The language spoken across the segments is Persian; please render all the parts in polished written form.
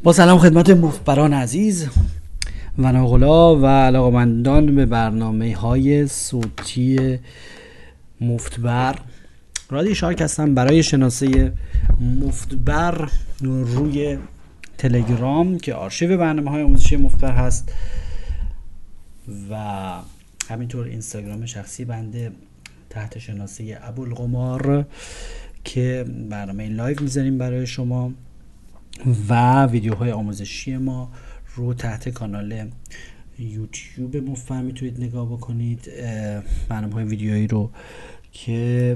با سلام خدمت مخبران عزیز و ناقلا و علاقمندان به برنامه های صوتی مفتبر. رادی شارک هستم برای شناسه مفتبر روی تلگرام که آرشیو برنامه های آموزشی مفتبر هست و همینطور اینستاگرام شخصی بنده تحت شناسه ابوالقمار که برنامه لایو میذاریم برای شما و ویدیوهای آموزشی ما رو تحت کانال یوتیوب مفتبر میتونید نگاه بکنید. برنامه‌های ویدیویی رو که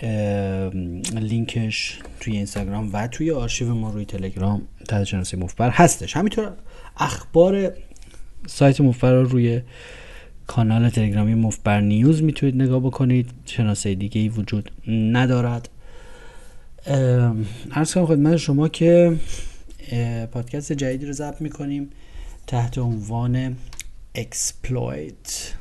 لینکش توی اینستاگرام و توی آرشیو ما روی تلگرام تحت شناسه مفتبر هستش. همینطور اخبار سایت مفتبر رو روی کانال تلگرامی مفتبر نیوز میتونید نگاه بکنید. شناسه دیگه‌ای وجود ندارد. عرض کنم خدمت شما که پادکست جدیدی رو ضبط میکنیم تحت عنوان اکسپلویت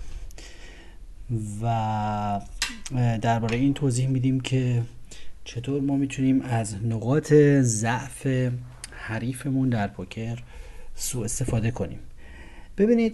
و درباره این توضیح میدیم که چطور ما میتونیم از نقاط ضعف حریفمون در پوکر سوء استفاده کنیم. ببینید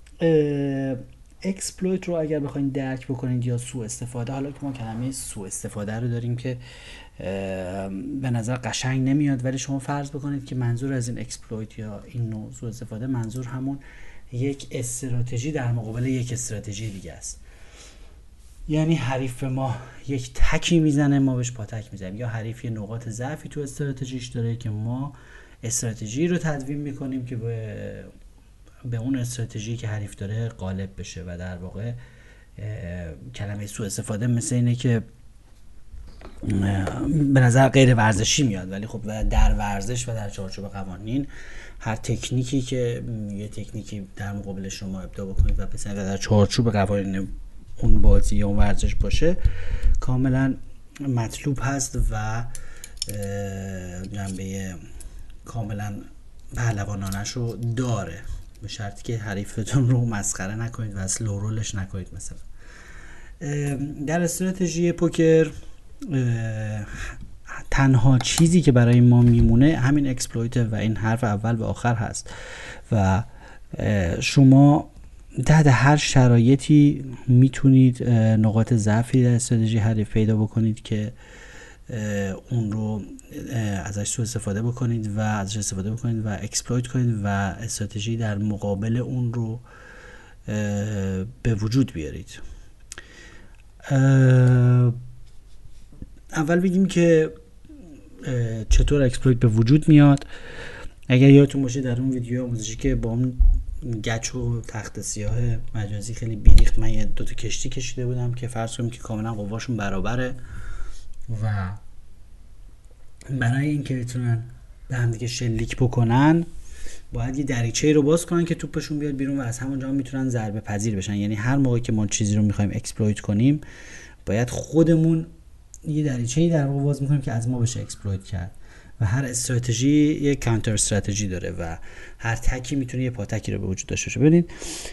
اکسپلویت رو اگر بخواید درک بکنید یا سوء استفاده، حالا که ما کلمه سوء استفاده رو داریم که به نظر قشنگ نمیاد، ولی شما فرض بکنید که منظور از این اکسپلویت یا این نوع سوء استفاده منظور همون یک استراتژی در مقابل یک استراتژی دیگه است. یعنی حریف ما یک تکی میزنه، ما بهش پاتک میزنیم، یا حریف یه نقاط ضعفی تو استراتژیش داره که ما استراتژی رو تدوین میکنیم که به اون استراتژی که حریف داره غالب بشه و در واقع کلمه سوء استفاده مثل اینه که به نظر غیر ورزشی میاد، ولی خب در ورزش و در چارچوب قوانین هر تکنیکی که یه تکنیکی در مقابل شما ابداع بکنید و مثلا در چارچوب قوانین اون بازی یا اون ورزش باشه کاملا مطلوب هست و جنبه کاملا پهلوانانش رو داره، به شرطی که حریفتون رو مسخره نکنید و از لو رولش نکنید. مثلا در استراتژی پوکر تنها چیزی که برای ما میمونه همین اکسپلویت و این حرف اول و آخر هست و شما تحت هر شرایطی میتونید نقاط ضعفی در استراتژی حریف پیدا بکنید که اون رو ازش سوء استفاده بکنید و اکسپلویت کنید و استراتژی در مقابل اون رو به وجود بیارید. اول بگیم که چطور اکسپلویت به وجود میاد. اگر یادتون باشه در اون ویدیو آموزشی که با اون گچ و تخت سیاه مجازی خیلی بیریخت، من یه دوتا کشتی کشیده بودم که فرض کنیم که کاملا قواشون برابره و برای اینکه بتونن به هم دیگه شلیک بکنن باید یه دریچه‌ای رو باز کنن که توپشون بیاد بیرون و از همونجا میتونن ضربه پذیر بشن. یعنی هر موقعی که ما چیزی رو میخوایم اکسپلویت کنیم باید خودمون یه دریچه‌ای در واقع باز میکنیم که از ما بشه اکسپلویت کرد و هر استراتژی یه کانتر استراتژی داره و هر تکی میتونه یه پاتکی رو به وجود داشته باشه. ببینید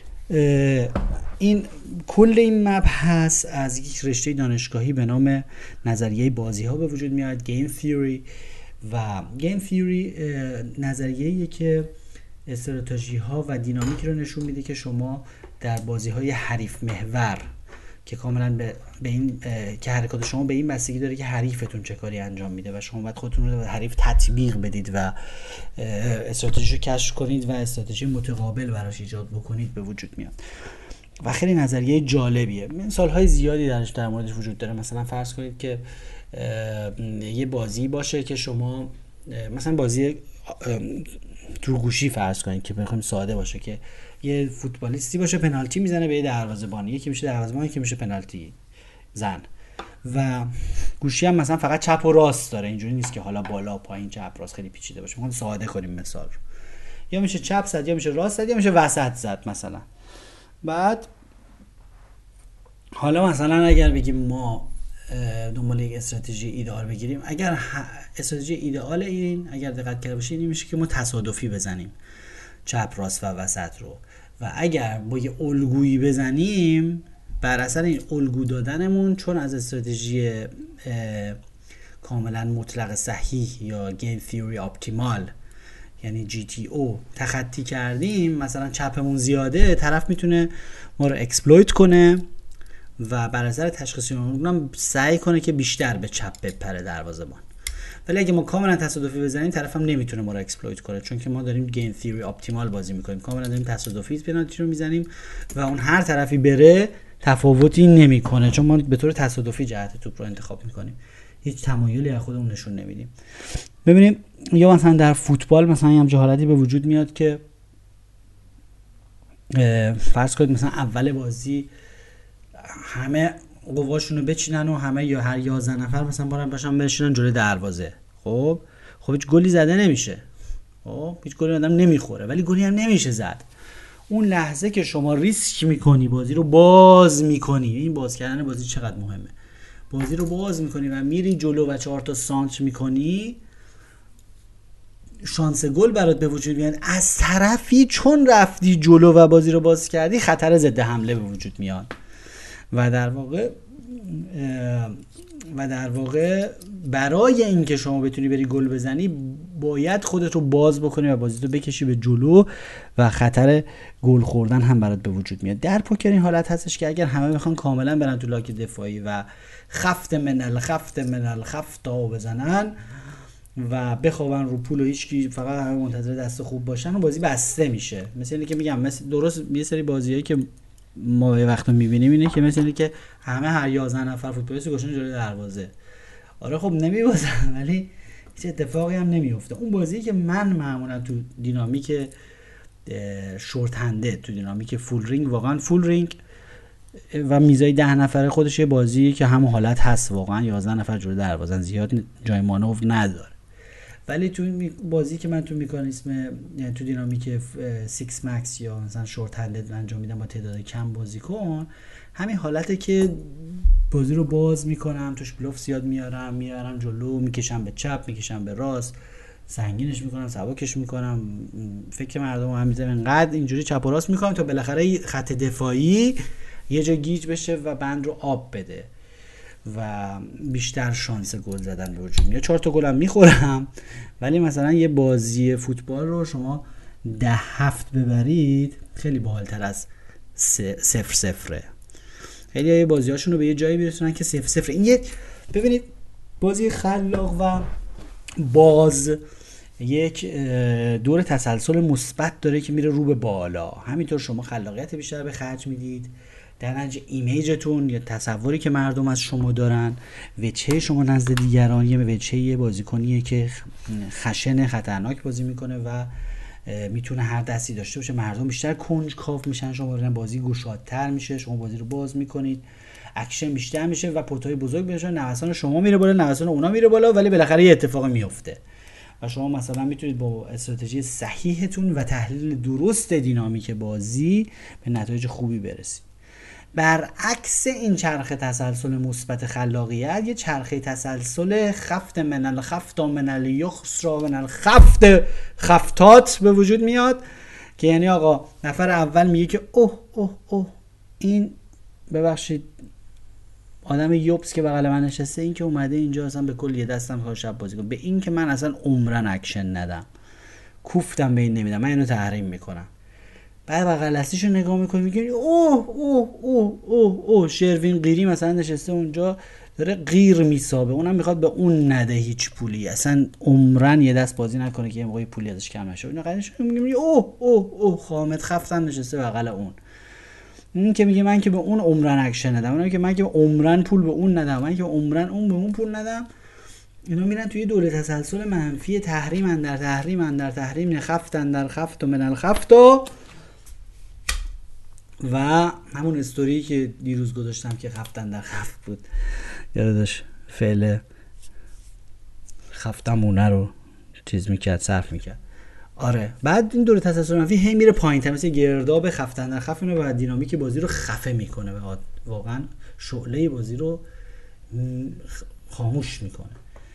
این کل این مبحث از یک رشته دانشگاهی به نام نظریه بازی ها به وجود میاد، گیم تیوری. و گیم تیوری نظریه‌ایه که استراتژی ها و دینامیکی رو نشون میده که شما در بازی های حریف محور که کاملا به این که حرکات شما به این بستگی داره که حریفتون چه کاری انجام میده و شما باید خودتون رو به حریف تطبیق بدید و استراتژی رو کشف کنید و استراتژی متقابل براش ایجاد بکنید به وجود میاد و خیلی نظریه جالبیه. مثال‌های زیادی در موردش وجود داره. مثلا فرض کنید که یه بازی باشه که شما مثلا بازی تورگوشی فرض کنید که بخوایم ساده باشه که یه فوتبالیستی باشه پنالتی میزنه به یه دروازه‌بان، یکی میشه دروازه‌بان یکی میشه پنالتی زن و گوشی هم مثلا فقط چپ و راست داره، اینجوری نیست که حالا بالا پایین چپ راست خیلی پیچیده باشه. میخوام ساده کنیم مثال رو، یا میشه چپ زد یا میشه راست زد یا میشه وسط زد مثلا. بعد حالا مثلا اگر بگیم ما دنبال یک استراتژی ایدئال بگیریم، اگر استراتژی ایدئال این اگر دقت کرده باشید این میشه که ما تصادفی بزنیم چپ راست و وسط رو و اگر با یه الگویی بزنیم بر اثر این الگو دادنمون چون از استراتژی کاملا مطلق صحیح یا گیم تیوری اپتیمال یعنی GTO تخطی کردیم، مثلا چپمون زیاده، طرف میتونه ما رو اکسپلویت کنه و بر اثر تشخیص اونم سعی کنه که بیشتر به چپ بپره دروازه‌بان. ولی اگه ما کاملا تصادفی بزنیم طرف هم نمیتونه ما رو اکسپلویت کنه، چون که ما داریم گیم تیوری اپتیمال بازی میکنیم، کاملا داریم تصادفی پنالتی رو میزنیم و اون هر طرفی بره تفاوتی نمیکنه، چون ما به طور تصادفی جهت توپ رو انتخاب میکنیم، هیچ تمایلی از خودمون نشون نمیدیم. ببینیم یا مثلا در فوتبال مثلا همچین حالتی به وجود میاد که فرض کنید مثلا اول بازی همه قواشون رو بچینن و همه یا هر 11 نفر مثلا باشن بشینن جلوی دروازه. خب هیچ گلی زده نمیشه، خب هیچ گلی آدم نمیخوره، ولی گلی هم نمیشه زد. اون لحظه که شما ریسک میکنی بازی رو باز میکنی، این باز کردن بازی چقدر مهمه، بازی رو باز میکنی و میری جلو و 4 تا سانت میکنی، شانس گل برات به وجود میاد. از طرفی چون رفتی جلو و بازی رو باز کردی خطر ضد حمله به وجود میاد و در واقع برای اینکه شما بتونی بری گل بزنی باید خودت رو باز بکنی و بازی رو بکشی به جلو و خطر گل خوردن هم برات به وجود میاد. در پوکر این حالت هستش که اگر همه بخوان کاملا برن تو لاک دفاعی و خفت منل خفتا بزنن و بخوابن رو پول و هیچکی فقط همه منتظر دست خوب باشن و بازی بسته میشه. مثل اینکه میگم درست یه سری بازیایی که ما یه وقتا میبینیم اینه که مثل اینکه همه هر 11 نفر فوتبالیست گوشن جلوی دروازه. آره خب نمیبازن ولی هیچ اتفاقی هم نمیفته. اون بازی که من معمولا تو دینامیک شورت هنده، تو دینامیک فول رینگ، واقعا فول رینگ و میزای 10 نفره خودش یه بازی که همون حالت هست، واقعا 11 نفر جلوی دروازه زیاد جای مانور نداره. ولی تو بازی که من تو مکانیزم یعنی تو دینامیک 6 مکس یا مثلا شورت هندد انجام میدم با تعداد کم بازیکن، همین حالته که بازی رو باز میکنم، توش بلوف زیاد میارم جلو، میکشم به چپ، میکشم به راست، سنگینش میکنم، سبکش میکنم، فکر مردم هم میذارم انقدر اینجوری چپ و راست میکنم تا بالاخره خط دفاعی یه جا گیج بشه و بند رو آب بده و بیشتر شانس گل زدن به وجود میاد. 4 تا گل هم میخورم، ولی مثلا یه بازی فوتبال رو شما 10-7 ببرید خیلی باحال‌تر از 0-0. خیلی یه بازیاشون رو به یه جایی برسونن که 0-0. این یه ببینید بازی خلاق و باز یک دور تسلسل مثبت داره که میره رو به بالا. همینطور شما خلاقیت بیشتر به خرج میدید، در نتیجه ایمیجتون یا تصوری که مردم از شما دارن، وجهه شما نزد دیگران یه وجهه بازیکنیه که خشن، خطرناک بازی میکنه و میتونه هر دستی داشته باشه. مردم بیشتر کنجکاو میشن، شما دارن بازی گشادتر میشه، شما بازی رو باز میکنید، اکشن بیشتر میشه و پوتای بزرگ میشه، نوسان شما میره بالا، نوسان اونا میره بالا، ولی بالاخره یه اتفاقی میفته و شما مثلا میتونید با استراتژی صحیحتون و تحلیل درست دینامیک بازی به نتایج خوبی برسید. برعکس این چرخه تسلسل مثبت خلاقیت، یه چرخه تسلسل خفت منل خفت منل یخسرا منل خفتات به وجود میاد که یعنی آقا نفر اول میگه که اوه این ببخشید آدم یوبس که بغل من نشسته، این که اومده اینجا اصلا به کل یه دستم میخواد شب بازی کنه، به این که من اصلا عمرن اکشن ندم، کوفتم به این نمیدم، من اینو تحریم میکنم. بعد بغل دستیشو نگاه میکنی میگی اوه شروین قیری مثلا نشسته اونجا داره غیر میسابه، اونم میخواد به اون نده هیچ پولی، اصلا عمرن یه دست بازی نکنه که یه موقعی پولی ازش کم نشه. اون قدش میگه اوه خامد خفتن نشسته بغل اون. این که میگه من که به اون عمرن اکشن ندم، اون که من که عمرن پول به اون ندم، من که عمرن اون به اون پول ندم. اینا میرن توی دوره تسلسل منفی، تحریم اندر تحریم، نخفتن در خفت و منل خفت و همون استوری که دیروز گذاشتم که خفتن در خفت بود، یادش فعل خفتمونه رو چیز میکرد، صرف میکرد. آره بعد این دوره تسلسل منفی هی میره پایین تر، مثل گرداب خفتن در خفت و دینامیک بازی رو خفه میکنه، واقعا شعله بازی رو خاموش میکنه.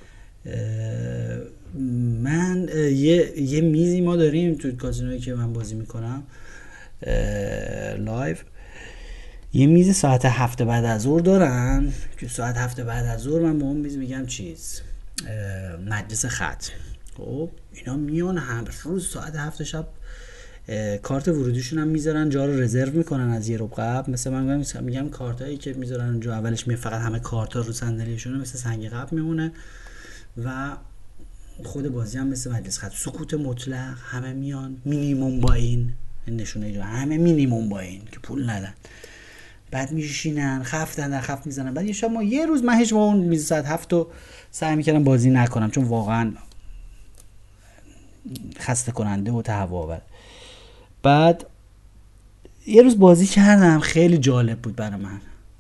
من یه میزی ما داریم تو کازینویی که من بازی میکنم لایو، یه میز ساعت 7 بعد از ظهر دارن که ساعت 7 بعد از ظهر من به اون میز میگم چیز مجلس خط. خب اینا میان هر روز ساعت 7 شب کارت ورودیشون هم میذارن، جا رو رزرو میکنن از یه رو قبل. مثلا من میگم کارتایی که میذارن اونجا اولش می فقط همه کارتا رو صندلیشون مثل سنگ قبل میمونه و خود بازی هم مثل مجلس خط، سکوت مطلق، همه میان مینیمم با این نشونه ایجا، همه مینیمم با این که پول ندن، بعد میشینن خفتن در خفت میزنن. بعد یه شب یه روز من هیچ با اون میز ساعت 7 رو سعی میکردم بازی نکنم چون واقعا خسته کننده و تهوع. بعد یه روز بازی کردم خیلی جالب بود برای من.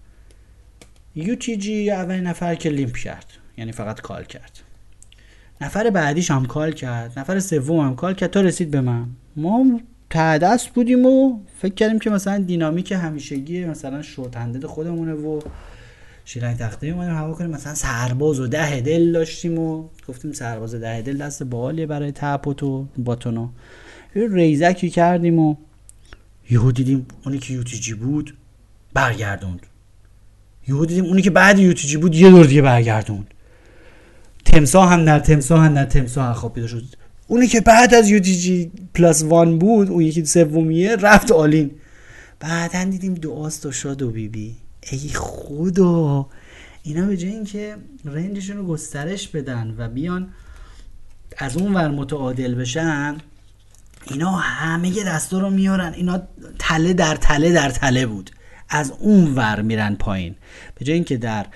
UTG اولین نفر که لیمپ کرد، یعنی فقط کال کرد، نفر بعدیش هم کال کرد، نفر سوم هم کال کرد تا رسید به من. ما ته دست بودیم و فکر کردیم که مثلا دینامیک همیشگی مثلا شورت هندل خودمونه و شیرنگ تخته اومدیم هوا کنیم، مثلا سرباز و 10 دل داشتیم و گفتیم سرباز 10 دل دست باحالیه برای تپوت و باتونو. یه ریزکی کردیم و یهو دیدیم اونی که UTG بود برگردوند، یهو دیدیم اونی که بعد UTG بود یه دور دیگه برگردوند، تمساح هم در تمساح خب پیدا شد. اونی که بعد از UTG پلاس 1 بود، اون یکی سومیه، رفت آلین. بعداً دیدیم دعاست و شاد و بیبی. ای خدا، اینا به جای اینکه رنجشون رو گسترش بدن و بیان از اون ور متعادل بشن، اینا همه دستا رو میارن، اینا تله در تله در تله بود، از اون ور میرن پایین. به جای اینکه در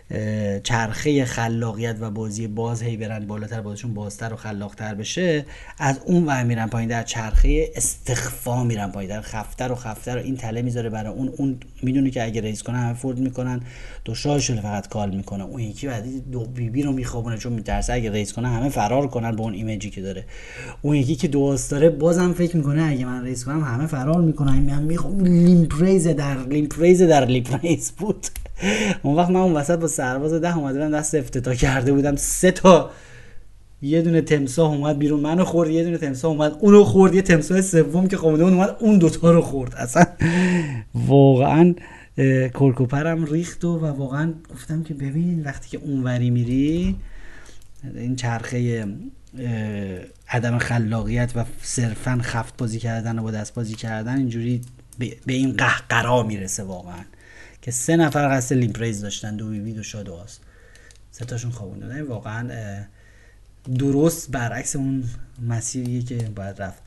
چرخه خلاقیت و بازی باز هی برن بالاتر، بازیشون بازتر و خلاقتر بشه، از اون ور میرن پایین، در چرخه استخفا میرن پایین، در خفتر و خفتر. این تله میذاره برای اون میدونه که اگه ریز کنه همه فورد میکنن، دو شاهشون فقط کال میکنه، اون یکی بعدی دو بیبی رو میخوابونه چون میترسه اگه ریز کنه همه فرار کنن با اون ایمیجی که داره. اون یکی که دواست داره بازم فکر میکنه اگه من ریز کنم همه فرار میکنن. من میخوام لیمپریز در لیمپریز بود. اون وقت من اون وسط با سرباز 10 اومده بودم، دست افتتاح کرده بودم، 3 تا، یه دونه تمساح اومد بیرون منو خورد، یه دونه تمساح اومد اونو خورد، یه تمساح سوم که خوابیده بود اومد اون دوتا رو خورد. اصلا واقعا کرکوپرم ریخت و واقعا گفتم که ببین وقتی که اونوری میری، این چرخه عدم خلاقیت و صرفا خفت بازی کردن و با دست بازی کردن اینجوری به این قهقرا میرسه واقعا. که 3 نفر قصد لیمپریز داشتن، 2 بیبی 2 شاد و آس، 3 تاشون خوابوندن. واقعا درست برعکس اون مسیریه که باید رفت.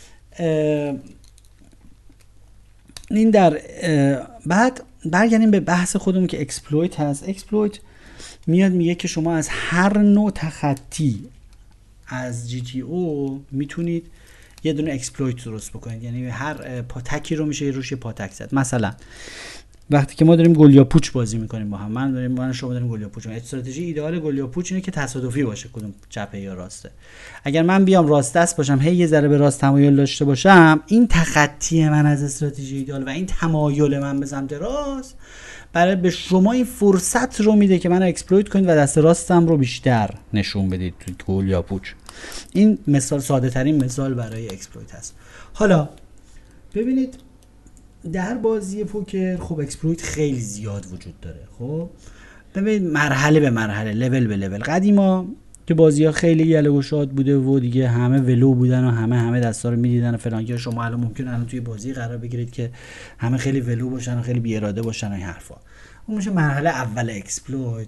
این در بعد برگردیم به بحث خودمون که اکسپلویت هست. اکسپلویت میاد میگه که شما از هر نوع تخطی از GTO میتونید یه دونه اکسپلویت درست بکنید، یعنی هر پاتکی رو میشه روش پاتک زد. مثلا وقتی که ما داریم گل یا پوچ بازی میکنیم با هم، من شما داریم گل یا پوچ، استراتژی ایدئال گل یا پوچ اینه که تصادفی باشه کدوم چپه یا راسته. اگر من بیام راست دست باشم، هی یه ذره به راست تمایل داشته باشم، این تخطی من از استراتژی ایدئال و این تمایل من به سمت راست برای به شما این فرصت رو میده که منو اکسپلویت کنید و دست راستم رو بیشتر نشون بدید تو گل یا پوچ. این مثال، ساده ترین مثال برای اکسپلویت هست. حالا ببینید در بازی پوکر خب اکسپلویت خیلی زیاد وجود داره. خب ببینید مرحله به مرحله، لول به لول. قدیما که بازی‌ها خیلی یله گشاد بوده و دیگه همه ولو بودن و همه دستا رو می‌دیدن و فلان، که شما الان ممکنه الان توی بازی قرار بگیرید که همه خیلی ولو باشن و خیلی بی اراده باشن و این حرفا. اون میشه مرحله اول اکسپلویت.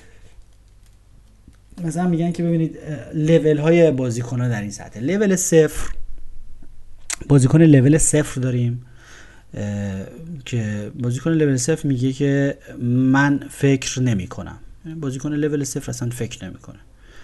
مثلا میگن که ببینید لول های بازیکن‌ها در این سطح. لول 0 بازیکن لول 0 داریم که بازیکن لول 0 میگه که من فکر نمی کنم. بازیکن لول 0 اصلا فکر نمیکنه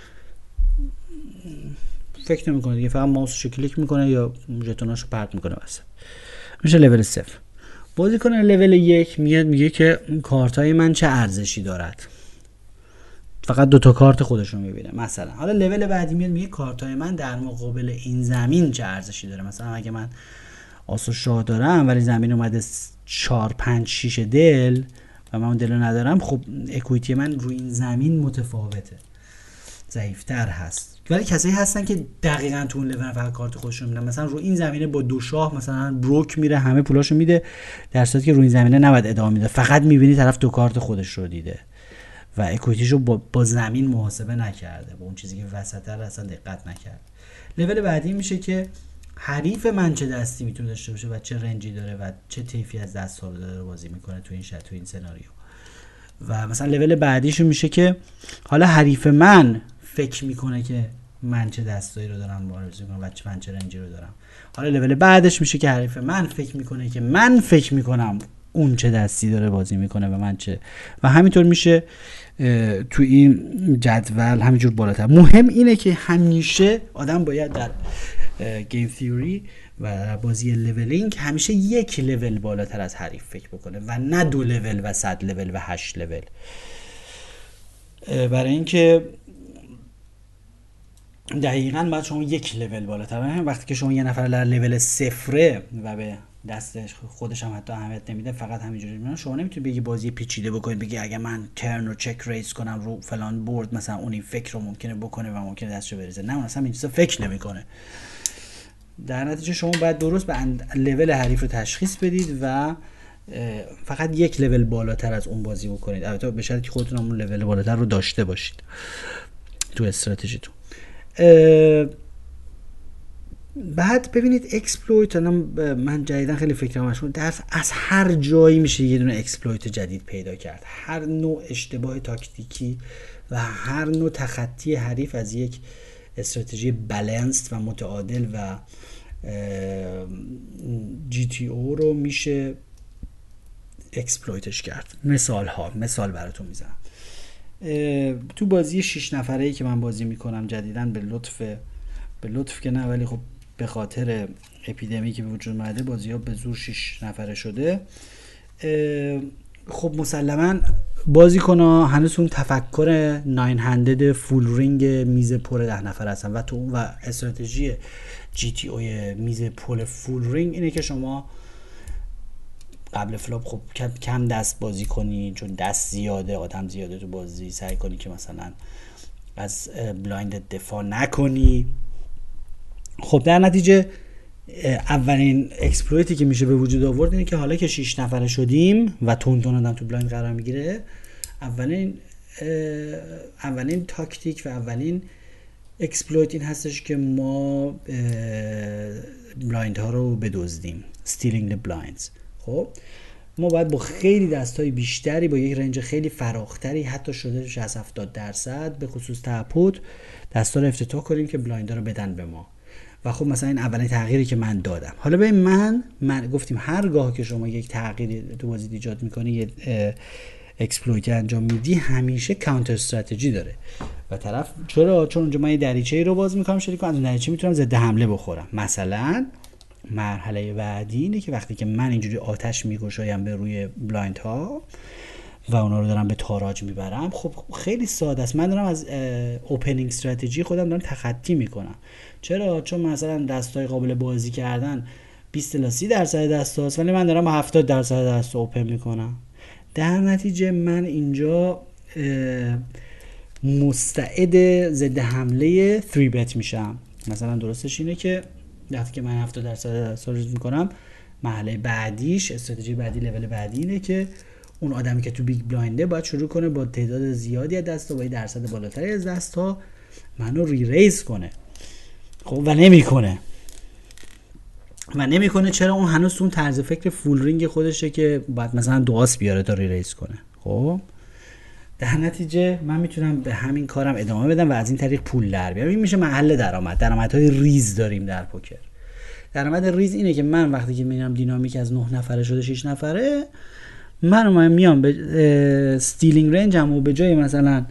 دیگه، فقط ماوسشو کلیک میکنه یا ژتوناشو پرت میکنه واسه. میشه لول 0. بازیکن لول 1 میاد میگه که کارتای من چه ارزشی دارد، فقط 2 تا کارت خودشون میبینه مثلا. حالا لول بعدی میاد میگه کارتای من در مقابل این زمین چه ارزشی داره. مثلا اگه من آس و شاه دارم ولی زمین اومده 4 5 6 دل و من اون دلو ندارم، خب اکویتی من روی این زمین متفاوته، ضعیف‌تر هست. ولی کسایی هستن که دقیقاً تو اون لول فقط کارت خودشون میدن، مثلا روی این زمینه با 2 شاه مثلا بروک میره همه پولاشو میده، در صورتی که روی این زمینه نباید ادامه میده، فقط میبینی طرف 2 کارت خودش رو دیده. و اکویتیشو با زمین محاسبه نکرده، با اون چیزی که وسط رو اصلا دقت نکرده. لول بعدی میشه که حریف من چه دستی میتونه داشته باشه و چه رنجی داره و چه طیفی از دست‌ها رو داره بازی میکنه تو این تو این سناریو. و مثلا لول بعدیشون میشه که حالا حریف من فکر میکنه که من چه دستایی رو دارم بازی میکنم و من چه رنجی رو دارم. حالا لول بعدش میشه که حریف من فکر میکنه که من فکر میکنم اون چه دستی داره بازی میکنه و من چه، و همینطور میشه تو این جدول همینجور بالاتر. مهم اینه که همیشه آدم باید در گیم تیوری و بازی لولینگ همیشه یک لول بالاتر از حریف فکر بکنه و نه 2 لول و 100 لول و 8 لول. برای اینکه دقیقاً باید شما یک لول بالاتر، وقتی که شما یه نفر لول 0 و به دست خودش هم حتی اهمیت نمیده، فقط همینجوری میمونه، شما نمیتونید بگی بازی پیچیده بکنید، بگی اگه من ترن رو چک ریز کنم رو فلان بورد مثلا اون این فکر رو ممکنه بکنه و ممکنه دستشو بریزه. نه، اون اصلا این چیزا فکر نمیکنه. در نتیجه شما باید درست به لول حریف رو تشخیص بدید و فقط یک لول بالاتر از اون بازی بکنید، البته به شرطی که خودتون اون لول بالاتر رو داشته باشید تو استراتژیتون. بعد ببینید اکسپلویت، من جدیدن خیلی فکرم مشغول، از هر جایی میشه یه دونه اکسپلویت جدید پیدا کرد. هر نوع اشتباه تاکتیکی و هر نوع تخطی حریف از یک استراتژی بالانسد و متعادل و جی تی او رو میشه اکسپلویتش کرد. مثال براتون میزنم. تو بازی 6 نفره‌ای که من بازی میکنم جدیدن، به لطف که نه، ولی خب به خاطر اپیدمی که به وجود اومده بازی‌ها به زور 6 نفره شده. خب مسلماً بازیکن‌ها هنوز اون تفکر 9 هندد فول رینگ میز پر 10 نفره هستن و تو اون و استراتژی جی تی اوی میز پر فول رینگ اینه که شما قبل فلاپ خب کم دست بازی کنی، چون دست زیاده، آدم زیاده تو بازی، سعی کنی که مثلا از بلایند دفاع نکنی. خب در نتیجه اولین اکسپلویتی که میشه به وجود آورد اینه که حالا که 6 نفره شدیم و تون آدم تو بلایند قرار میگیره، اولین تاکتیک و اولین اکسپلویت این هستش که ما بلایند ها رو بدزدیم، stealing the blinds. خب ما باید با خیلی دستای بیشتری، با یک رنج خیلی فراختری، حتی شده 60-70% به خصوص تپوت، دستا رو افتتاح کنیم که بلایند رو بدن به ما. و خب مثلا این اولین تغییری که من دادم. حالا به من گفتیم هرگاه که شما یک تغییری تو بازی ایجاد میکنی، یه اکسپلویت انجام میدی، همیشه کانتر استراتژی داره و طرف چون اونجا من یه دریچه‌ای رو باز میکنم، شریک از اون دریچه میتونم ضد حمله بخورم. مثلا مرحله بعدی اینه که وقتی که من اینجوری آتش میگشایم به روی بلایند ها و اونا رو دارم به تاراج میبرم، خب خیلی ساده است. من دارم از اوپنینگ استراتژی خودم دارم تخطی میکنم. چرا؟ چون مثلا دستای قابل بازی کردن 20-30% دستاست، ولی من دارم با 70% دست اوپن میکنم. در نتیجه من اینجا مستعد ضد حمله 3 bet میشم. مثلا درستش اینه که وقتی که من 70% دست رو میکنم، مرحله بعدیش، استراتژی بعدی، لول بعدی اینه که اون آدمی که تو بیگ بلاینده باید شروع کنه با تعداد زیادی از دستا، با درصد بالاتری از دستا منو ری ریز کنه. خب و نمیکنه. چرا؟ اون هنوز اون طرز فکر فول رینگ خودشه که باید مثلا 2 آس بیاره تا ری ریز کنه. خب در نتیجه من میتونم به همین کارم ادامه بدم و از این طریق پول در بیارم. این میشه محل درآمدهای ریز داریم در پوکر. درآمد ریز اینه که من وقتی که میرم دینامیک از 9 نفره شده 6 نفره، من میام به استیلینگ رنجم و به جای مثلا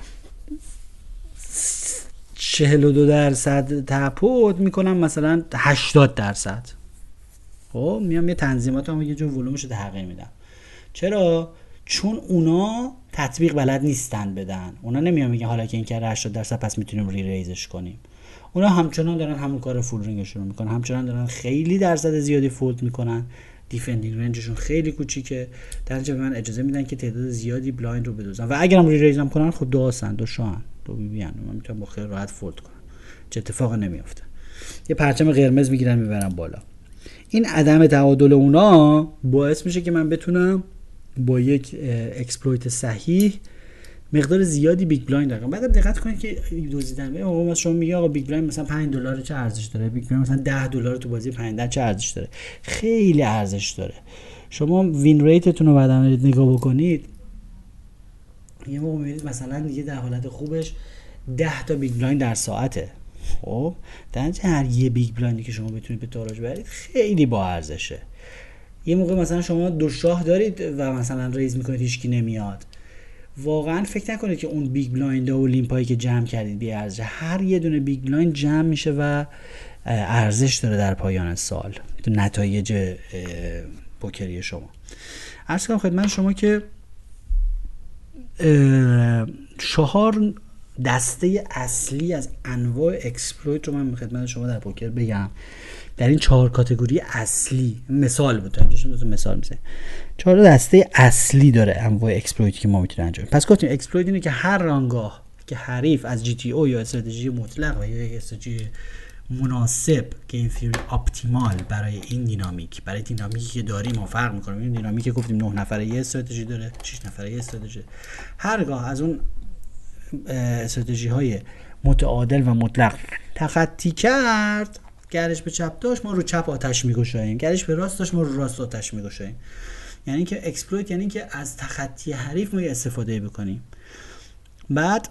42% تپوت میکنم مثلا 80%. خب میام یه تنظیمات هم یه جور ولومش رو تغییر میدم. چرا؟ چون اونا تطبیق بلد نیستن بدن. اونا نمیان میگن حالا که این کرده 80% پس میتونیم ری ریزش کنیم. اونا همچنان دارن همون کار فول رینگشون رو میکنن، همچنان دارن خیلی درصد زیادی فولد میکنن، دیفندینگ رنجشون خیلی کوچیکه، در نتیجه به من اجازه میدن که تعداد زیادی بلایند رو بدوزن و اگرم ری ریزم کنن خب 2 آسن، 2 شاهن، 2 بی بی ان، من میتونم با خیلی راحت فولد کنم، چه اتفاقی نمیافته. یه پرچم قرمز میگیرن میبرن بالا. این عدم تعادل اونا باعث میشه که من بتونم با یک اکسپلویت صحیح مقدار زیادی بیگ بلایند دارن. بعد دقت کنید که دزدیدن آقا شما میگه آقا بیگ بلایند مثلا $5 چه ارزش داره، بیگ بلایند مثلا $10 تو بازی 5 چه ارزش داره، خیلی ارزش داره. شما وین ریتتون رو بعدا نگاه بکنید، یه موقع میبینید مثلا دیگه در حالت خوبش 10 تا بیگ بلایند در ساعته. خب در هر یه بیگ بلایندی که شما بتونید به تاراج برید خیلی با ارزشه. یه موقع مثلا شما 2 شاه دارید و مثلا ریز میکنید هیچکی نمیاد، واقعا فکر نکنید که اون بیگ بلایند و لیمپایی که جمع کردید بی ارزشه. هر یه دونه بیگ بلایند جمع میشه و ارزش داره در پایان سال تو نتایج پوکری شما. عرض کنم خدمت شما که 4 دسته اصلی از انواع اکسپلویت رو من خدمت شما در پوکر بگم. در این 4 کاتگوری اصلی، مثال بود اینجا مثال میزنم، 4 دسته اصلی داره انواع اکسپلویتی که ما میتونیم انجام. پس گفتیم اکسپلویت اینه که هر رانگاه که حریف از جی تی او یا استراتژی مطلق و یا استراتژی مناسب گیم تیوری اپتیمال برای این دینامیک، برای دینامیکی که داریم ما فرق میکنه. این دینامیک که گفتیم 9 نفره یه استراتژی داره، 6 نفره یه استراتژی، هرگاه از اون استراتژی های متعادل و مطلق تخطی کرد، گرش به چپ داشت ما رو چپ آتش میگشاییم، گرش به راست داشت ما رو راست آتش میگشاییم. یعنی که اکسپلویت یعنی که از تخطی حریف ما استفاده بکنیم. بعد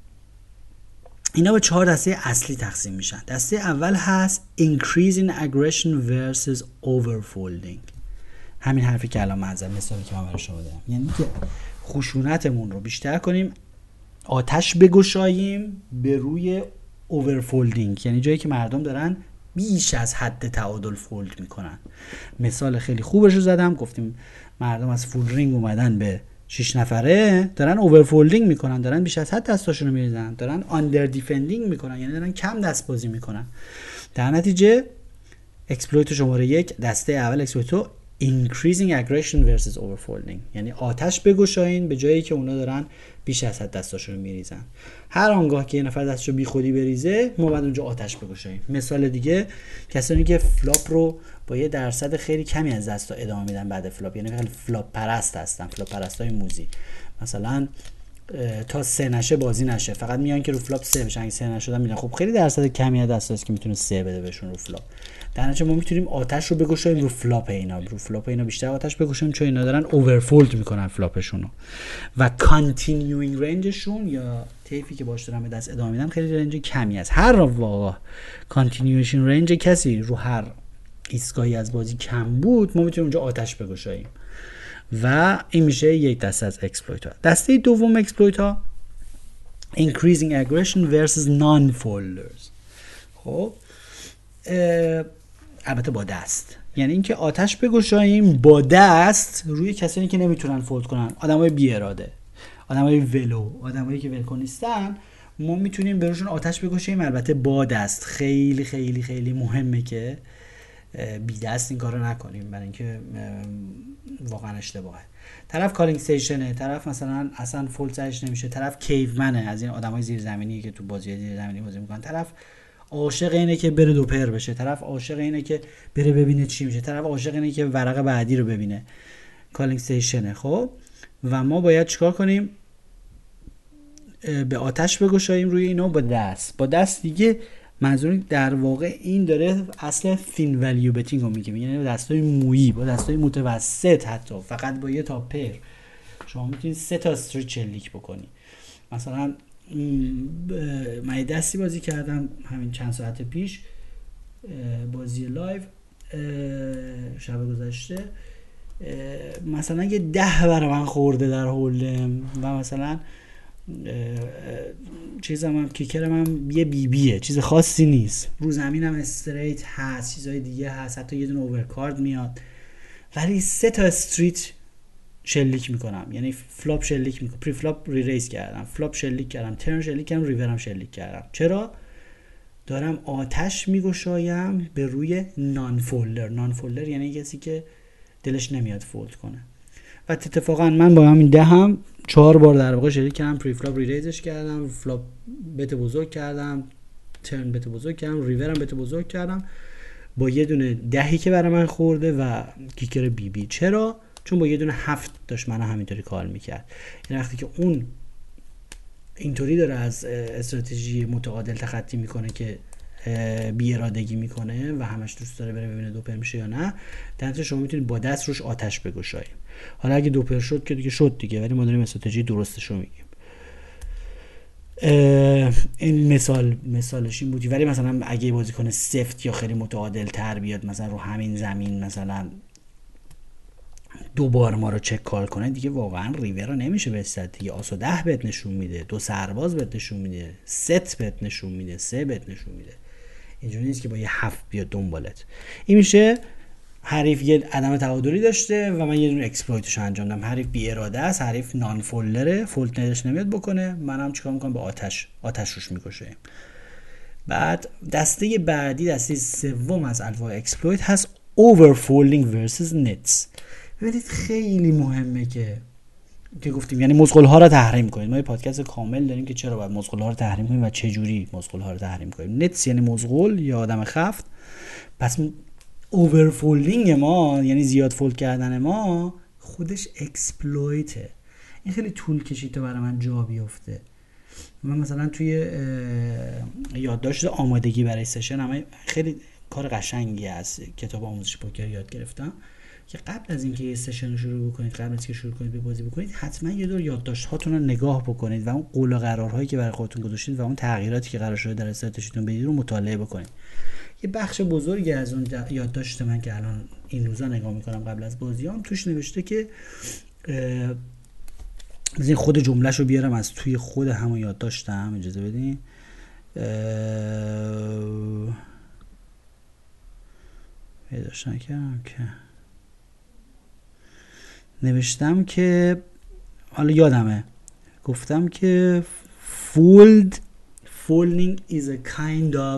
اینا به 4 دسته اصلی تقسیم میشن. دسته اول هست increasing aggression versus overfolding. همین حرفی که الان مثلا مثالی که من برای شما دادم، یعنی که خشونتمون رو بیشتر کنیم، آتش بگشاییم به روی overfolding، یعنی جایی که مردم دارن بیش از حد تعادل فولد میکنن. مثال خیلی خوبش رو زدم، گفتیم مردم از فول رینگ اومدن به 6 نفره دارن اوورفولدینگ میکنن، دارن بیش از حد دستاشون رو میریزن، دارن آندر دیفندینگ میکنن، یعنی دارن کم دست بازی میکنن. در نتیجه اکسپلویت شماره 1 دسته اول اکسپلویت increasing aggression versus overfolding، یعنی آتش بگشایین به جایی که اونا دارن بیش از حد دستاشون رو میریزن. هر آنگاه که یه نفر دستشو بی خودی بریزه ما بعد اونجا آتش بگشاییم. مثال دیگه کسانی که فلاپ رو با یه درصد خیلی کمی از دستا ادامه میدن بعد فلاپ، یعنی خیلی فلاپ پرست هستن، فلاپ پرستای موزی، مثلا تا 3 نشه بازی نشه، فقط میان که رو فلاپ 3 بشن، 3 نشدن میرن. خب خیلی درصد کمی از دستاست که میتونه 3 بده بهشون رو فلاپ. در نتیجه ما میتونیم آتش رو بگشاییم رو فلاپ اینا، رو فلاپ اینا بیشتر آتش بگشاییم چون اینا دارن اوورفولد میکنن فلاپشون رو، و کانتینیوینگ رنجشون یا طیفی که باش دارن به دست ادامه میدن خیلی رنج کمی است. هر واقعا کانتینیویشن رنج کسی رو هر ایستگاهی از بازی کم بود ما میتونیم اونجا آتش بگشاییم و این میشه یک دسته از اکسپلویت ها. دسته دوم اکسپلویت ها increasing aggression versus non-folders. خب البته با دست، یعنی اینکه آتش بگشاییم با دست روی کسانی که نمیتونن فولد کنن، آدمای بی اراده، آدمای ولو، آدمایی که ولکن نیستن، ما میتونیم بهشون آتش بگشاییم البته با دست. خیلی خیلی خیلی مهمه که بی دست این کارو نکنیم، برای اینکه واقعا اشتباهه. طرف کالینگ استیشنه، طرف مثلا اصلا فولد سرش نمیشه، طرف کیومنه، از این آدمای زیرزمینی که تو بازی زیرزمینی بازی میکنن، طرف عاشق اینه که بره دو پر بشه، طرف عاشق اینه که بره ببینه چی میشه، طرف عاشق اینه که ورق بعدی رو ببینه. کالینگ استیشنه. خب و ما باید چیکار کنیم؟ به آتش بگشاییم روی اینا با دست. با دست دیگه منظور در واقع این داره اصل تین ولیو بتینگ رو میگه، یعنی دستای مویی، با دستای متوسط، حتی فقط با یه تا پر شما میتونید 3 تا استریت شلیک بکنی. مثلا من یه دستی بازی کردم همین چند ساعت پیش، بازی لایو شب گذشته، مثلا یه 10 برای من خورده در هولدم و مثلا چیزم هم کیکرم هم یه بیه، چیز خاصی نیست، رو زمینم استریت هست، چیزای دیگه هست، حتی یه دونه اوورکارد میاد، ولی 3 تا استریت شلیک میکنم، یعنی فلاپ شلیک میکنم، پری فلاپ ری ریز کردم، فلاپ شلیک کردم، ترن شلیک کردم، ریورم شلیک کردم. چرا؟ دارم آتش میگشایم به روی نان فولدر. نان فولدر یعنی کسی که دلش نمیاد فولد کنه. و اتفاقا من با همین 10 هم 4 بار در واقع شلیک کردم، پری فلاپ ری ریزش کردم، فلاپ بت بزرگ کردم، ترن بت بزرگ کردم، ریورم بت بزرگ کردم با یه دونه 10 که برای من خورده و کیکر بی. چرا؟ چون با یه دونه 7 داشت منو همینطوری کال میکرد. یعنی وقتی که اون اینطوری داره از استراتژی متعادل تخطی میکنه که بی ارادگی میکنه و همش دوست داره بره ببینه دوپر میشه یا نه، در نتیجه شما میتونید با دست روش آتش بگشایید. حالا اگه دوپر شد که دیگه شد دیگه، ولی ما داریم استراتژی درستش رو میگیم. این مثالش این بودی. ولی مثلا اگه بازیکن سفت یا خیلی متعادل تر بیاد مثلا رو همین زمین مثلا دوبار ما رو چک کال کنه، دیگه واقعا ریور رو نمیشه بستد دیگه. آسو 10 بهت نشون میده، 2 سرباز بهت نشون میده، ست بهت نشون میده، 3 بهت نشون میده. اینجوری نیست که با یه 7 بیاد دنبالت. این میشه حریف یه عدم تعادلی داشته و من یه دونه اکسپلویتش انجام دادم. حریف بی اراده است، حریف نان فولدره، فولد ندش نمیاد بکنه، منم چیکار میکنم؟ با آتش روش میکشه. بعد دسته بعدی، دسته سوم از انواع اکسپلویت هست overfolding versus nits. ببینید خیلی مهمه که گفتیم یعنی مزغول ها رو تحریم کنید. ما یه پادکست کامل داریم که چرا باید مزغول ها رو تحریم کنیم و چه جوری مزغول ها رو تحریم کنیم. نتس یعنی مزغول یا آدم خفت. پس اوورفولدینگ ما یعنی زیاد فولد کردن ما خودش اکسپلویته. این خیلی طول کشید تا برای من جا بیفته. من مثلا توی یادداشت آمادگی برای سشن هم خیلی کار قشنگی از کتاب آموزش پوکر یاد گرفتم که قبل از اینکه یه سشن رو شروع بکنید، قبل از اینکه شروع کنید به بازی بکنید، حتما یه دور یادداشت هاتون رو نگاه بکنید و اون قول و قرارهایی که برای خودتون گذاشتید و اون تغییراتی که قرار شده در استراتژیتون بدید رو مطالعه بکنید. یه بخش بزرگی از اون یادداشت من که الان این روزا نگاه میکنم قبل از بازیام توش نوشته که مثلا خود جمله‌شو بیارم از توی خود همون یادداشتم، اجازه بدین. پیداش نکردم که نوشتم که حالا یادمه گفتم که folding is a kind of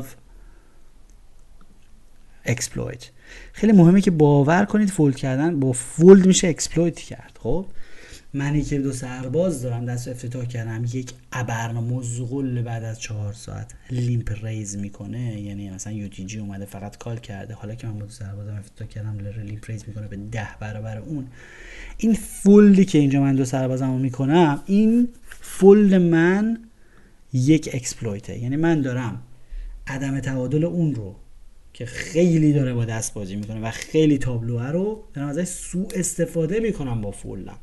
exploit. خیلی مهمه که باور کنید فولد کردن با فولد میشه اکسپلویت کرد. خب منی که 2 سرباز دارم دست افتتاح کردم، یک ابرنا مزغول بعد از 4 ساعت لیمپ ریز میکنه، یعنی مثلا UTG اومده فقط کال کرده، حالا که من با 2 سربازم افتتاح کردم لیمپ ریز میکنه به 10 برابر اون. این فولدی که اینجا من 2 سربازمو میکنم، این فولد من یک اکسپلویته. یعنی من دارم عدم تعادل اون رو که خیلی داره با دست بازی میکنه و خیلی تابلوه رو دارم ازش سوء استفاده میکنم با فولدم.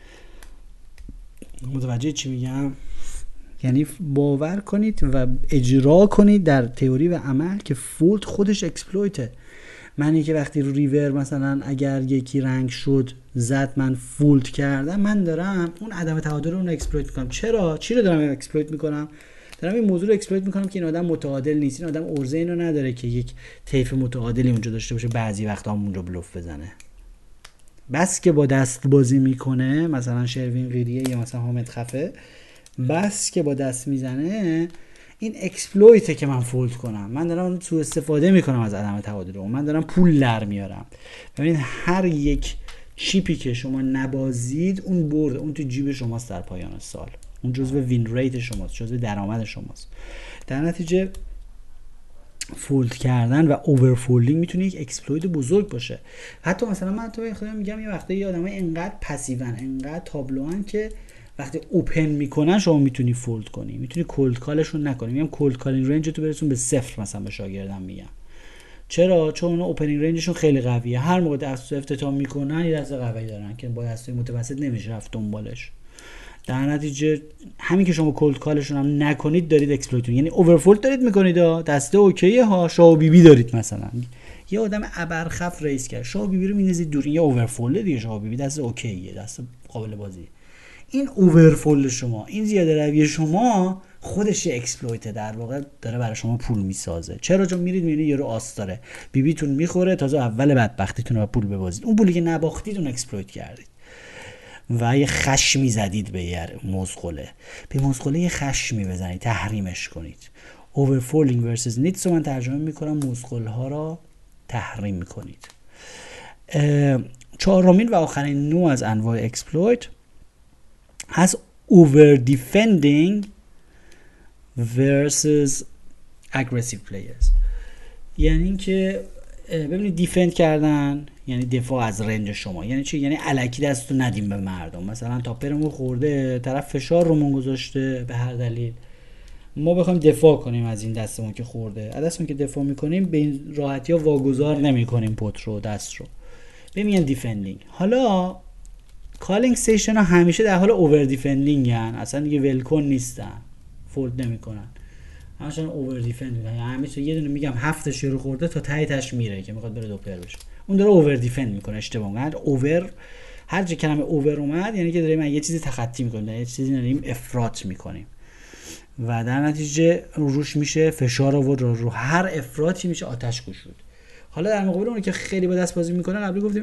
متوجه چی میگم؟ یعنی باور کنید و اجرا کنید در تئوری و عمل که فولد خودش اکسپلویته. منی که وقتی رو ریور مثلا اگر یکی رنگ شد زد من فولد کردم، من دارم اون عدم تعادل رو اون اکسپلویت میکنم. چرا؟ چی رو دارم اکسپلویت میکنم؟ دارم این موضوع رو اکسپلویت میکنم که این آدم متعادل نیست، این آدم ارزه اینو نداره که یک طیف متعادلی اونجا داشته باشه، بعضی وقتا هم اونجا بلوف بزنه. بس که با دست بازی میکنه، مثلا شروین قیریه یا مثلا حامد خفه، بس که با دست میزنه، این اکسپلویته که من فولد کنم. من دارم سوء استفاده میکنم از عدم تعادل رو، من دارم پول در میارم. ببینید هر یک چیپی که شما نبازید اون برد، اون تو جیب شماست در پایان سال، اون جزو وین ریت شماست، جزو درآمد شماست. در نتیجه فولد کردن و اوورفولدینگ میتونه یک اکسپلویت بزرگ باشه. حتی مثلا من تو خودم میگم یه وقته یه آدمای اینقدر پسیون، اینقدر تابلوان که وقتی اوپن میکنن شما میتونی فولد کنی، میتونی کولد کالشون نکنی. میگم کولد کالینگ رنج تو برسون به 0 مثلا به شاگردم میگم. چرا؟ چون اون اوپنینگ رنجشون خیلی قویه، هر موقع دست افتتاح میکنن یه دست قوی دارن که با دستای متوسط نمیشه رفت دنبالش. در نتیجه همین که شما کولد کالشون هم نکنید دارید اکسپلویتون، یعنی اوورفولد دارید میکنید، دسته اوکیه ها، شاه و بی بی دارید. مثلا یه آدم ابرخف ریس کرد، شاه و بی بی رو میندازید دور، یه اوورفولد دیگه، شاه و بی بی دست اوکیه، دست قابل بازی. این اوورفولد شما، این زیاده روی شما خودش یه اکسپلویت، در واقع داره برای شما پول میسازه. چرا؟ چون میرید میبینید یارو آس داره، بی بیتون میخوره، تازه اول بدبختیتون رو پول ببازید. اون پولی که نباختید اون اکسپلویت کردید و یه خشمی زدید به یه مزغوله، به مزغوله یه خشمی بزنید، تحریمش کنید. overfolding versus nits رو من ترجمه میکنم مزغول ها را تحریم میکنید. چهارمین و آخرین نوع از انواع اکسپلویت هست over defending versus aggressive players. یعنی اینکه ببینید دیفند کردن یعنی دفاع از رنج شما. یعنی چی؟ یعنی الکی دستو ندیم به مردم. مثلا تاپرمون خورده، طرف فشار رومون گذاشته به هر دلیل، ما بخوایم دفاع کنیم از این دستمون که خورده، از دستمون که دفاع میکنیم به این راحتی ها واگذار نمیکنیم پوت رو، دست رو، ببینید دیفندینگ. حالا کالینگ استیشن ها همیشه در حال اوور دیفندینگ هن، اصلا دیگه ولکن نیستن، فولد نمیکنن، همشون اوور دیفند میکنن. یعنی همیشه یه دونه میگم هفتش رو خورده تا ته تاش میره که میخواد بره دوپر بشه، اون داره اوور دیفند میکنه. اشتباه میکنه. اوور هر جا کلمه اوور اومد یعنی که داریم یه چیزی تخطی میکنیم، یه چیزی داریم افراط میکنیم و در نتیجه روش میشه فشار آورد، رو هر افراطی میشه آتش گشود. حالا در مقابل اون که خیلی با دست بازی میکنه، قبلی گفتیم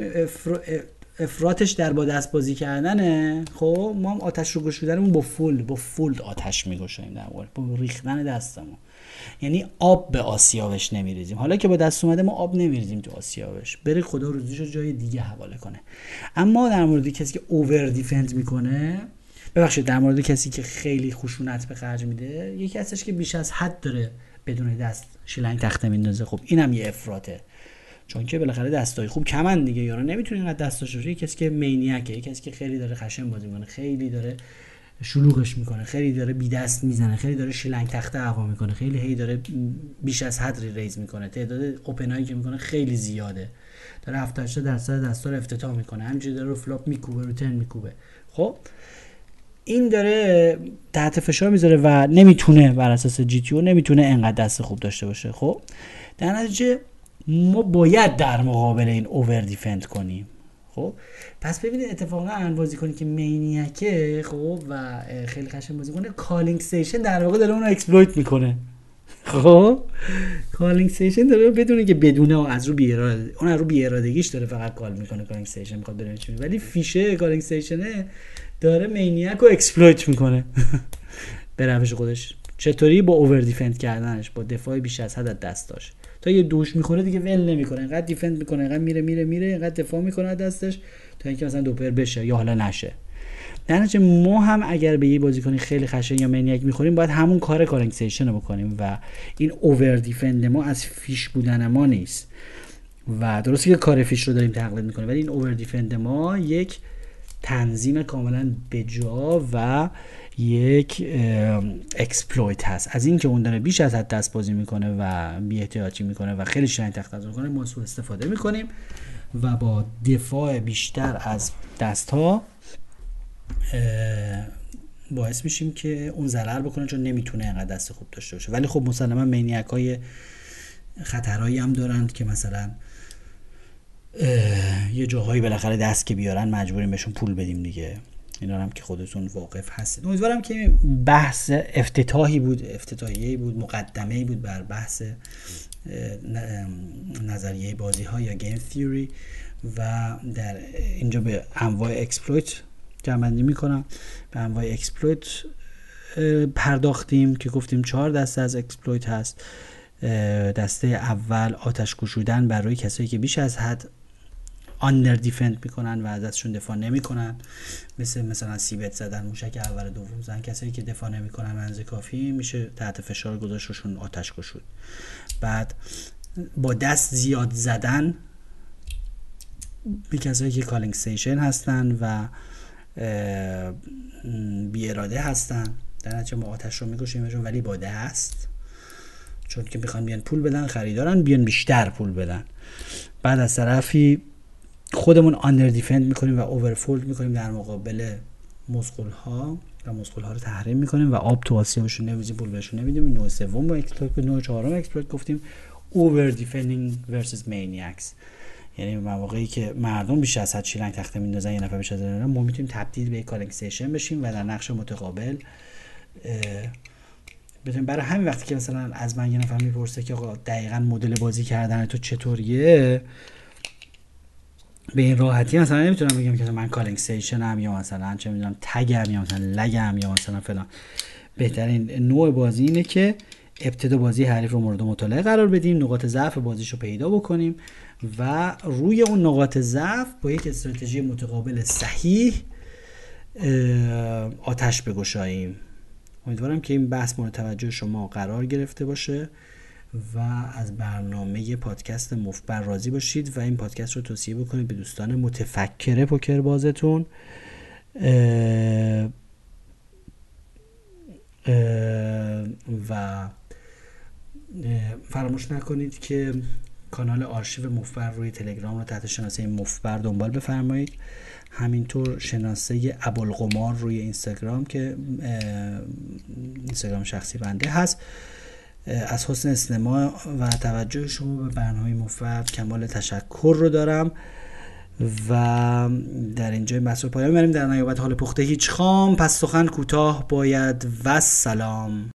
افراطش در با دست بازی کردنه، خب ما هم آتش رو گشودنمون با فولد آتش میگشاییم، در واقع با ریختن دستمون. یعنی آب به آسیابش نمیریزیم. حالا که با دست اومده ما آب نمیریزیم تو آسیابش، بره خدا روزیشو جای دیگه حواله کنه. اما در مورد کسی که اوور دیفند میکنه، ببخشید در مورد کسی که خیلی خشونت به خرج میده، یکی هستش که بیش از حد داره بدون دست شیلنگ تخته میندازه. خب اینم یه افراطه، چون که بالاخره دستای خوب کمن دیگه، یارو نمیتونه اینقدر دستاش باشه. کسی که مینیکه، کسی که خیلی داره خشن بازی میکنه، خیلی داره شلوغش میکنه، خیلی داره بی دست میزنه، خیلی داره شیلنگ تخته هوا میکنه، خیلی هی داره بیش از حد ریز میکنه، تعداد اوپنایی که میکنه خیلی زیاده، داره 70-80% دستا رو افتتاح میکنه، همینجوری داره رو فلاپ میکوبه، رو ترن میکوبه. خب این داره تحت فشار میذاره و نمیتونه بر اساس جی تی او نمیتونه انقدر دست خوب داشته باشه. خب در نتیجه ما باید در مقابل این اوور دیفند کنیم. خب پس ببینید اتفاقا بازیکنی که مینیکه خب و خیلی قشنگ بازی کنه، کالینگ استیشن در واقع داره اون رو اکسپلویت میکنه. خب کالینگ استیشن داره بدونه که بدونه از رو بی‌اراده، اون از رو بی‌ارادگیش داره فقط کال میکنه. کالینگ استیشن میخواد بره چی، ولی فیشه کالینگ استیشن داره مینیک رو اکسپلویت میکنه به روش خودش. چطوری؟ با اوور دیفند کردنش، با دفاع بیش از حد دست داشت، تا یه دوش میخوره دیگه ول نمیکنه، اینقدر دیفند میکنه، اینقدر میره اینقدر دفاع میکنه دستش تا اینکه مثلا دوپر بشه یا حالا نشه. در نتیجه ما هم اگر به یه بازیکن خیلی خشن یا مینیک میخوریم، باید همون کار کالینگ استیشن رو بکنیم و این اوور دیفند ما از فیش بودن ما نیست. و درسته که کار فیش رو داریم تقلید میکنیم، ولی این اوور دیفند ما یک تنظیم کاملا بجا و یک اکسپلویت هست از این که اون داره بیش از حد دست بازی میکنه و بی احتیاطی میکنه و خیلی شاید تخت میکنه، ما سوء استفاده میکنیم و با دفاع بیشتر از دست ها باعث میشیم که اون ضرر بکنه، چون نمیتونه اینقدر دست خوب داشته باشه. ولی خب مسلما مینیک های خطرهایی هم دارند که مثلا یه جاهایی بالاخره دست که بیارن مجبوریم بهشون پول بدیم دیگه. اینا هم که خودتون واقف هستید. امیدوارم که بحث افتتاحیه‌ای بود، مقدمه‌ای بود بر بحث نظریه بازی ها یا گیم تیوری و در اینجا به انواع اکسپلویت جمع‌بندی میکنم. به انواع اکسپلویت پرداختیم که گفتیم 4 دسته از اکسپلویت هست. دسته اول آتش گشودن بر روی کسایی که بیش از حد آندر دیفند میکنن و ازشون دفاع نمیکنن، مثلا سیبت زدن، موشک اول دوم زدن. کسایی که دفاع نمیکنن منځ کافی میشه تحت فشار گذاشتشون آتش گشود. بعد با دست زیاد زدن به کسایی که کالینگ استیشن هستن و بی اراده هستن، در نتیجه ما آتش رو میکشیمشون ولی با دست، چون که میخوان بیان پول بدن، خریدارن بیان بیشتر پول بدن. بعد از طرفی خودمون آندر دیفند میکنیم و اوورفولد میکنیم در مقابل مسخول ها و مسخول ها رو تحریم میکنیم و آب تو آسیابشون نمیزیم، پول بهشون نمیدیم. نوع سوم با اکسپلویت، نوع چهارم اکسپلویت گفتیم اوور دیفندینگ ورسس مینیاکس، یعنی مواقعی که مردم بیش از حد شیلنگ تخته میندازن، یه نفر بیش از حد، ما میتونیم تبدیل به کالینگ استیشن بشیم و در نقش متقابل بتونیم. برای همین وقتی که مثلا از من یه نفر میپرسه که آقا دقیقاً مدل بازی کردن تو چطوریه، به این راحتی مثلا نمیتونم بگم که من کالینگ استیشنم یا مثلا چه میدونم تگم یا مثلا لگم یا مثلا فلان. بهترین نوع بازی اینه که ابتدا بازی حریف رو مورد مطالعه قرار بدیم، نقاط ضعف بازیش رو پیدا بکنیم و روی اون نقاط ضعف با یک استراتژی متقابل صحیح آتش بگشاییم. امیدوارم که این بحث مورد توجه شما قرار گرفته باشه و از برنامه پادکست مفبر راضی باشید و این پادکست رو توصیه بکنید به دوستان متفکر پوکر بازتون. و فراموش نکنید که کانال آرشیو مفبر روی تلگرام رو تحت شناسه مفبر دنبال بفرمایید، همینطور شناسه ابوالقمار روی اینستاگرام که اینستاگرام شخصی بنده هست. از حسن استماع و توجه شما به برنامه مفبر کمال تشکر رو دارم و در اینجا بحث رو پایان میبریم. در نیابت حال پخته هیچ خام، پس سخن کوتاه باید و سلام.